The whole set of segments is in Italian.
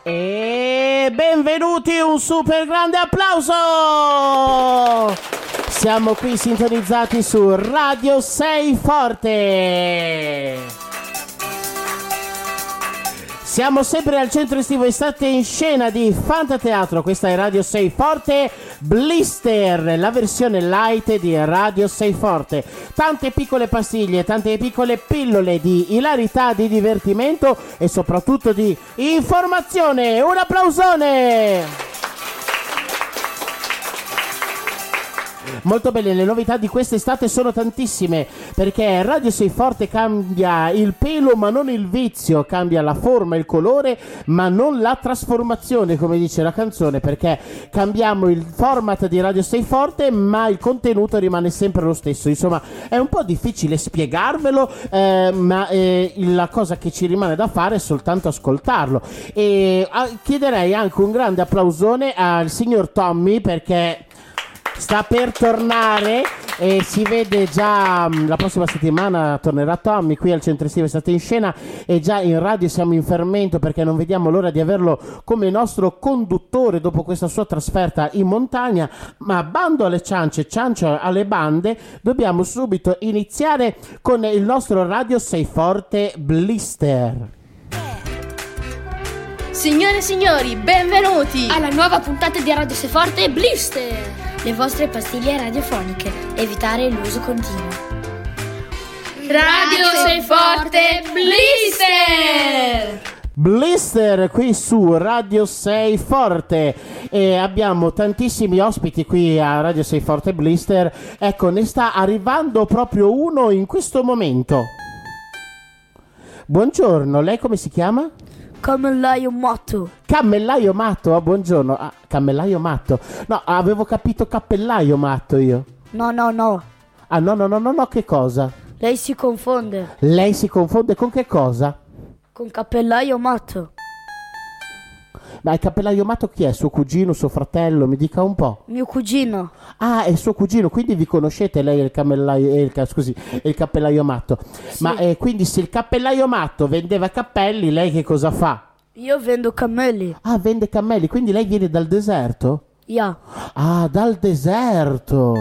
E benvenuti, un super grande applauso! Siamo qui sintonizzati su Radio 6 Forte. Siamo sempre al centro estivo estate in scena di Fantateatro. Questa è Radio 6 Forte Blister, la versione light di Radio 6 Forte. Tante piccole pastiglie, tante piccole pillole di ilarità, di divertimento e soprattutto di informazione. Un applausone! Molto bene, le novità di quest'estate sono tantissime, perché Radio 6 Forte cambia il pelo ma non il vizio, cambia la forma, il colore ma non la trasformazione, come dice la canzone, perché cambiamo il format di Radio 6 Forte ma il contenuto rimane sempre lo stesso. Insomma, è un po' difficile spiegarvelo, ma la cosa che ci rimane da fare è soltanto ascoltarlo. E chiederei anche un grande applausone al signor Tommy, perché sta per tornare e si vede già la prossima settimana tornerà Tommy qui al centro estivo estate in scena, e già in radio siamo in fermento perché non vediamo l'ora di averlo come nostro conduttore dopo questa sua trasferta in montagna. Ma bando alle ciance, ciancio alle bande, dobbiamo subito iniziare con il nostro Radio 6 Forte Blister. Signore e signori, benvenuti alla nuova puntata di Radio 6 Forte Blister, le vostre pastiglie radiofoniche. Evitare l'uso continuo. Radio 6 Forte Blister! Blister qui su Radio 6 Forte, e abbiamo tantissimi ospiti qui a Radio 6 Forte Blister. Ecco, ne sta arrivando proprio uno in questo momento. Buongiorno, lei come si chiama? Cammellaio Matto. Cammellaio Matto, buongiorno. Cammellaio Matto. No, avevo capito cappellaio Matto io. No. Ah, no, che cosa? Lei si confonde. Lei si confonde con che cosa? Con Cappellaio Matto. Ma il cappellaio Matto chi è? Suo cugino, suo fratello? Mi dica un po'. Mio cugino. Ah, è suo cugino, quindi vi conoscete lei e il cappellaio Matto. Sì. Ma quindi se il cappellaio Matto vendeva cappelli, lei che cosa fa? Io vendo cammelli. Ah, vende cammelli, quindi lei viene dal deserto? Yeah. Ah, dal deserto.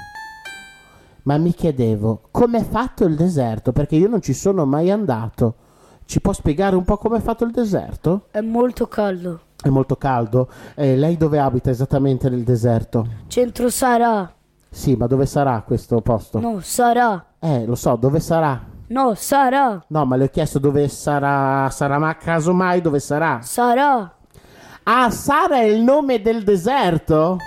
Ma mi chiedevo, com'è fatto il deserto? Perché io non ci sono mai andato. Ci può spiegare un po' com'è fatto il deserto? È molto caldo. È molto caldo. Lei dove abita esattamente nel deserto? Centro Sarà. Sì, ma dove sarà questo posto? No, Sarà. Lo so, dove sarà? No, Sarà. No, ma le ho chiesto dove sarà, ma casomai dove sarà? Sarà. Ah, Sara è il nome del deserto?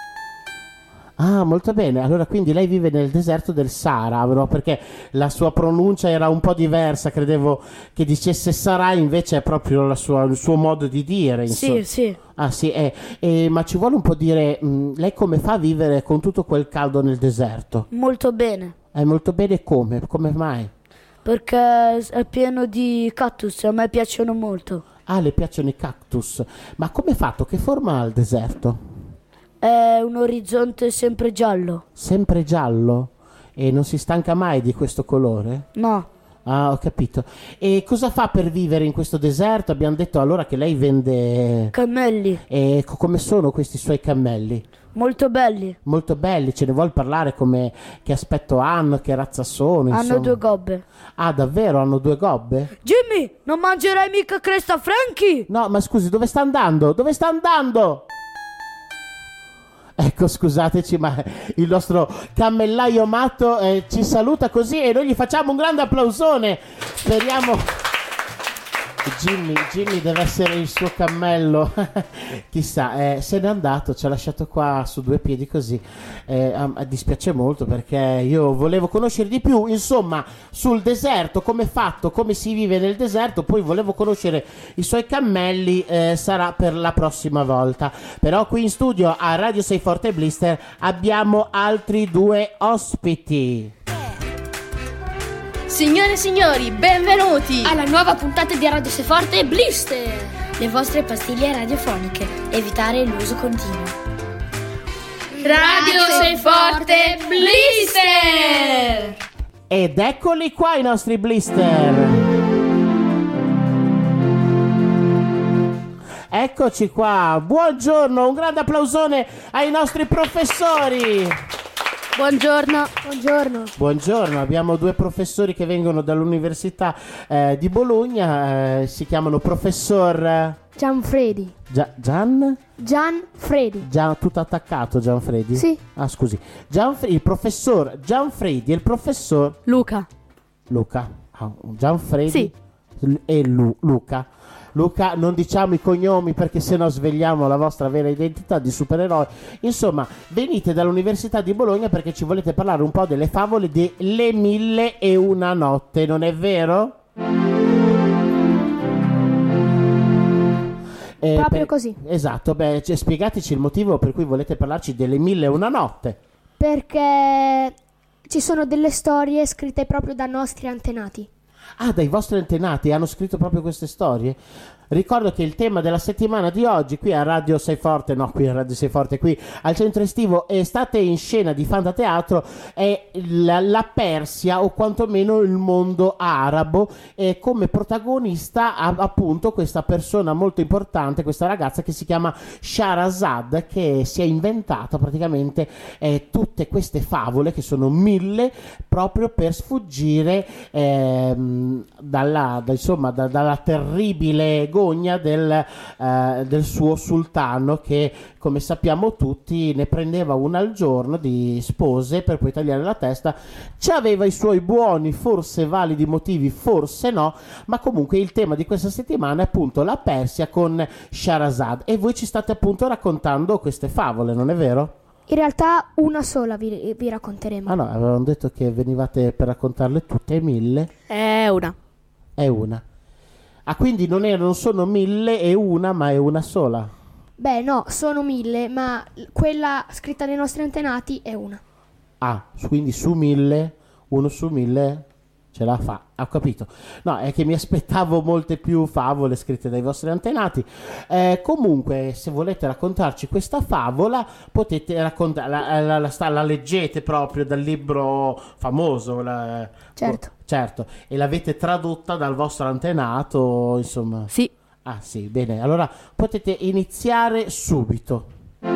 Ah, molto bene. Allora quindi lei vive nel deserto del Sahara, no? Perché la sua pronuncia era un po' diversa, credevo che dicesse Sarà, invece è proprio il suo modo di dire, insomma. Sì. Ah sì, ma ci vuole un po' dire, lei come fa a vivere con tutto quel caldo nel deserto? Molto bene. Molto bene come? Come mai? Perché è pieno di cactus, a me piacciono molto. Ah, le piacciono i cactus. Ma come è fatto? Che forma ha il deserto? È un orizzonte sempre giallo. Sempre giallo? E non si stanca mai di questo colore? No. Ah, ho capito. E cosa fa per vivere in questo deserto? Abbiamo detto allora che lei vende cammelli. E come sono questi suoi cammelli? Molto belli. Molto belli, ce ne vuol parlare? Che aspetto hanno, che razza sono? Insomma. Hanno 2 gobbe. Ah, davvero? Hanno 2 gobbe? Jimmy, non mangerai mica Cresta Frankie? No, ma scusi, dove sta andando? Dove sta andando? Ecco, scusateci, ma il nostro cammellaio Matto ci saluta così e noi gli facciamo un grande applausone. Speriamo... Jimmy deve essere il suo cammello. Chissà, se n'è andato, ci ha lasciato qua su 2 piedi così. Dispiace molto perché io volevo conoscere di più, insomma, sul deserto, come è fatto, come si vive nel deserto. Poi volevo conoscere i suoi cammelli, sarà per la prossima volta. Però qui in studio a Radio 6 Forte Blister abbiamo altri 2 ospiti. Signore e signori, benvenuti alla nuova puntata di Radio 6 Forte Blister, le vostre pastiglie radiofoniche. Evitare l'uso continuo. Radio 6 Forte Blister! Ed eccoli qua i nostri blister. Eccoci qua, buongiorno, un grande applausone ai nostri professori. Buongiorno, abbiamo due professori che vengono dall'Università di Bologna, si chiamano professor Gianfredi. Gianfredi. Tutto attaccato Gianfredi? Sì. Ah, scusi. Il professor Gianfredi e il professor Luca. Gianfredi Sì. e Luca. Luca, non diciamo i cognomi perché sennò svegliamo la vostra vera identità di supereroi. Insomma, venite dall'Università di Bologna perché ci volete parlare un po' delle favole di Le 1001 notte, non è vero? Proprio così. Esatto, spiegateci il motivo per cui volete parlarci delle 1001 notte. Perché ci sono delle storie scritte proprio da nostri antenati. Ah, dai vostri antenati hanno scritto proprio queste storie? Ricordo che il tema della settimana di oggi qui a Radio Sei Forte, qui al centro estivo Estate in scena di Fantateatro è la Persia o quantomeno il mondo arabo, e come protagonista ha appunto questa persona molto importante, questa ragazza che si chiama Shahrazad, che si è inventata praticamente tutte queste favole, che sono 1000, proprio per sfuggire dalla terribile gogna del suo sultano, che come sappiamo tutti ne prendeva una al giorno di spose per poi tagliare la testa. Ci aveva i suoi buoni, forse validi motivi, forse no, ma comunque il tema di questa settimana è appunto la Persia con Shahrazad, e voi ci state appunto raccontando queste favole, non è vero? In realtà una sola vi racconteremo. Ah no, avevamo detto che venivate per raccontarle tutte 1000. È una. Ah, quindi non sono 1001, ma è una sola. Beh, no, sono 1000, ma quella scritta dai nostri antenati è una. Ah, quindi su 1000, uno su 1000 ce la fa. Ho capito. No, è che mi aspettavo molte più favole scritte dai vostri antenati. Comunque, se volete raccontarci questa favola, potete raccontarla, la leggete proprio dal libro famoso. Certo. E l'avete tradotta dal vostro antenato, insomma. Sì. Ah, sì, bene. Allora, potete iniziare subito.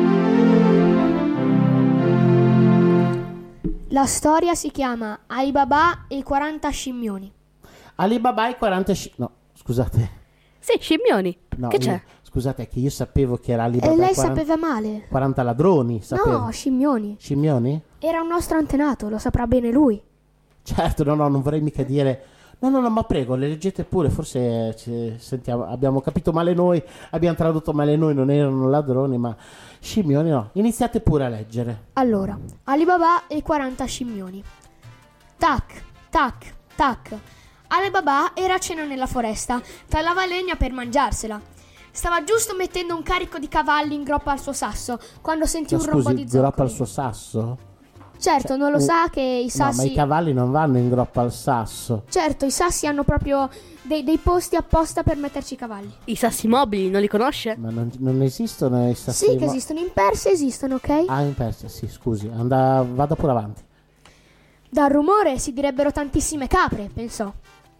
La storia si chiama Ali Baba e i 40 scimmioni. Ali Baba e i 40 scimmioni. No, scusate. Sì, scimmioni. No, Che c'è? Scusate, è che io sapevo che era Ali Baba E lei 40, sapeva male. 40 ladroni, sapevo. No, scimmioni. Scimmioni? Era un nostro antenato, lo saprà bene lui. Certo, no, non vorrei mica dire... No, ma prego, le leggete pure, forse sentiamo, abbiamo capito male noi, abbiamo tradotto male noi, non erano ladroni, ma scimmioni no. Iniziate pure a leggere. Allora, Ali Baba e i 40 scimmioni. Tac, tac, tac. Ali Baba era a cena nella foresta, tagliava legna per mangiarsela. Stava giusto mettendo un carico di cavalli in groppa al suo sasso, quando sentì un rombo di zoccoli. Groppa al suo sasso? Certo, non lo sa che i sassi... No, ma i cavalli non vanno in groppa al sasso. Certo, i sassi hanno proprio dei posti apposta per metterci i cavalli. I sassi mobili, non li conosce? Ma non esistono i sassi... Sì, che esistono in Persia, esistono, ok? Ah, in Persia, sì, scusi, vada pure avanti. Dal rumore si direbbero tantissime capre, pensò.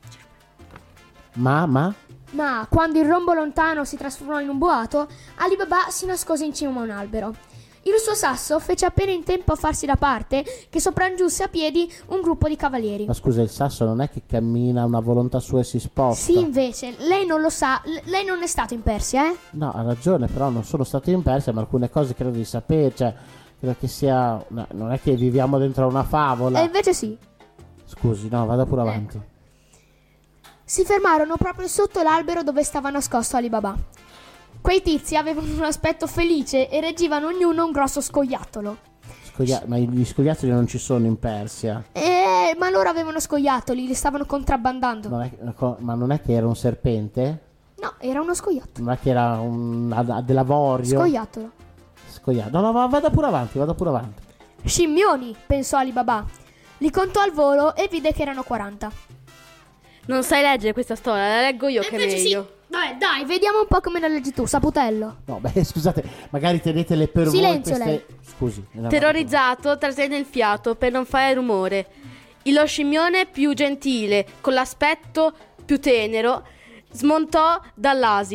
Ma quando il rombo lontano si trasformò in un boato, Ali Baba si nascose in cima a un albero. Il suo sasso fece appena in tempo a farsi da parte che sopraggiunse a piedi un gruppo di cavalieri. Ma scusa, il sasso non è che cammina a una volontà sua e si sposta? Sì, invece, lei non lo sa, lei non è stato in Persia, eh? No, ha ragione, però non sono stato in Persia, ma alcune cose credo di sapere, cioè, credo che sia... No, non è che viviamo dentro una favola. E invece sì. Scusi, no, vada pure avanti. Si fermarono proprio sotto l'albero dove stava nascosto Ali Baba. Quei tizi avevano un aspetto felice e reggivano ognuno un grosso scoiattolo. Ma gli scoiattoli non ci sono in Persia. Ma loro avevano scoiattoli, li stavano contrabbandando. Ma non è che era un serpente? No, era uno scoiattolo. Non è che era dell'avorio? Scoiattolo. No, vada pure avanti. Scimmioni, pensò Ali Baba. Li contò al volo e vide che erano 40. Non sai leggere questa storia, la leggo io che è meglio. Sì. Vabbè, dai, vediamo un po' come la leggi tu, saputello. No, scusate, magari tenetele per Silenzio, voi queste... lei. Scusi. Terrorizzato, trattenne il fiato per non fare rumore. Lo scimmione più gentile, con l'aspetto più tenero, smontò dall'asino.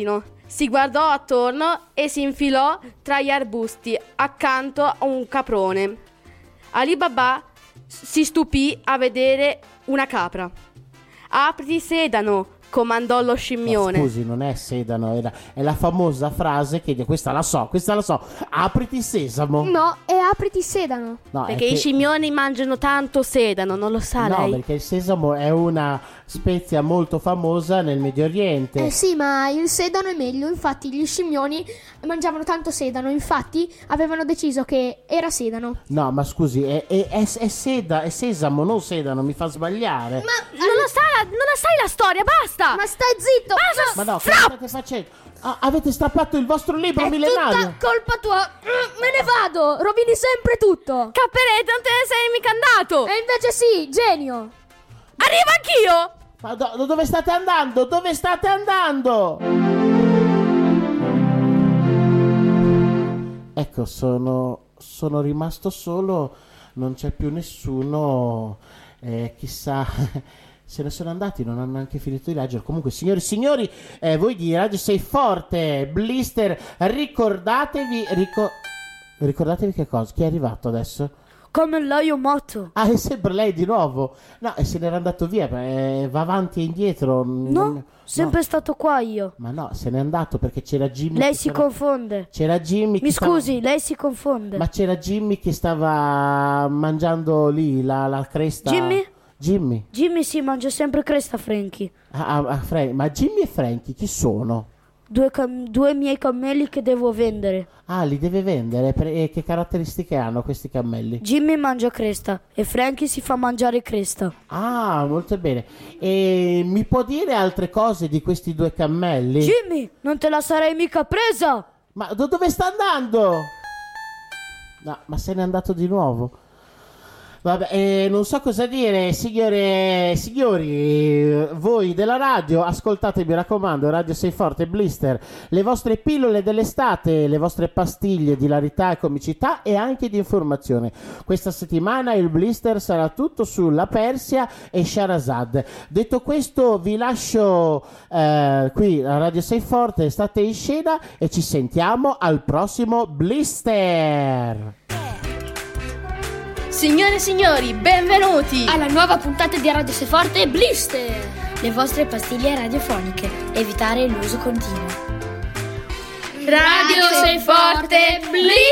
Si guardò attorno e si infilò tra gli arbusti accanto a un caprone. Ali Baba si stupì a vedere una capra. «Apriti sedano», comandò lo scimmione. No, scusi, non è sedano, è la famosa frase che questa la so. Apriti sesamo. No, è apriti sedano. No, Perché i scimmioni mangiano tanto sedano, non lo sa lei? No, perché il sesamo è una spezia molto famosa nel Medio Oriente. Sì, ma il sedano è meglio. Infatti gli scimmioni mangiavano tanto sedano. Infatti avevano deciso che era sedano. No, ma scusi, è sesamo, non sedano, mi fa sbagliare. Ma non la sai la storia, basta! Ma stai zitto! Ma no, cosa state facendo? Avete strappato il vostro libro millenario. È tutta colpa tua. Me ne vado. Rovini sempre tutto. Capperetto, non te ne sei mica andato. E invece sì, genio. Arrivo anch'io. Ma dove state andando? Dove state andando? Ecco, sono rimasto solo. Non c'è più nessuno. Chissà... Se ne sono andati, non hanno neanche finito di leggere. Comunque, signori e signori, voi di Radio Sei Forte, Blister, ricordatevi che cosa? Chi è arrivato adesso? Come lei o Motto. Ah, è sempre lei di nuovo? No, se n'era andato via, va avanti e indietro. No, sempre stato qua io. Ma no, se n'è andato perché c'era Jimmy. Lei si confonde. C'era Jimmy. Mi scusi, lei si confonde. Ma c'era Jimmy che stava mangiando lì la cresta. Jimmy si mangia sempre cresta, Frankie. Ma Jimmy e Frankie chi sono? Due miei cammelli che devo vendere. Ah, li deve vendere? E che caratteristiche hanno questi cammelli? Jimmy mangia cresta e Frankie si fa mangiare cresta. Ah, molto bene. E mi può dire altre cose di questi due cammelli? Jimmy, non te la sarei mica presa! Ma dove sta andando? No, ma se n'è andato di nuovo. Vabbè, non so cosa dire, signore e signori, voi della radio, ascoltate, mi raccomando, Radio Sei Forte, Blister, le vostre pillole dell'estate, le vostre pastiglie di ilarità e comicità e anche di informazione. Questa settimana il Blister sarà tutto sulla Persia e Shahrazad. Detto questo, vi lascio qui a Radio Sei Forte, state in scena e ci sentiamo al prossimo Blister. Signore e signori, benvenuti alla nuova puntata di Radio Sei Forte Blister, le vostre pastiglie radiofoniche. Evitare l'uso continuo. Radio Sei Forte Blister.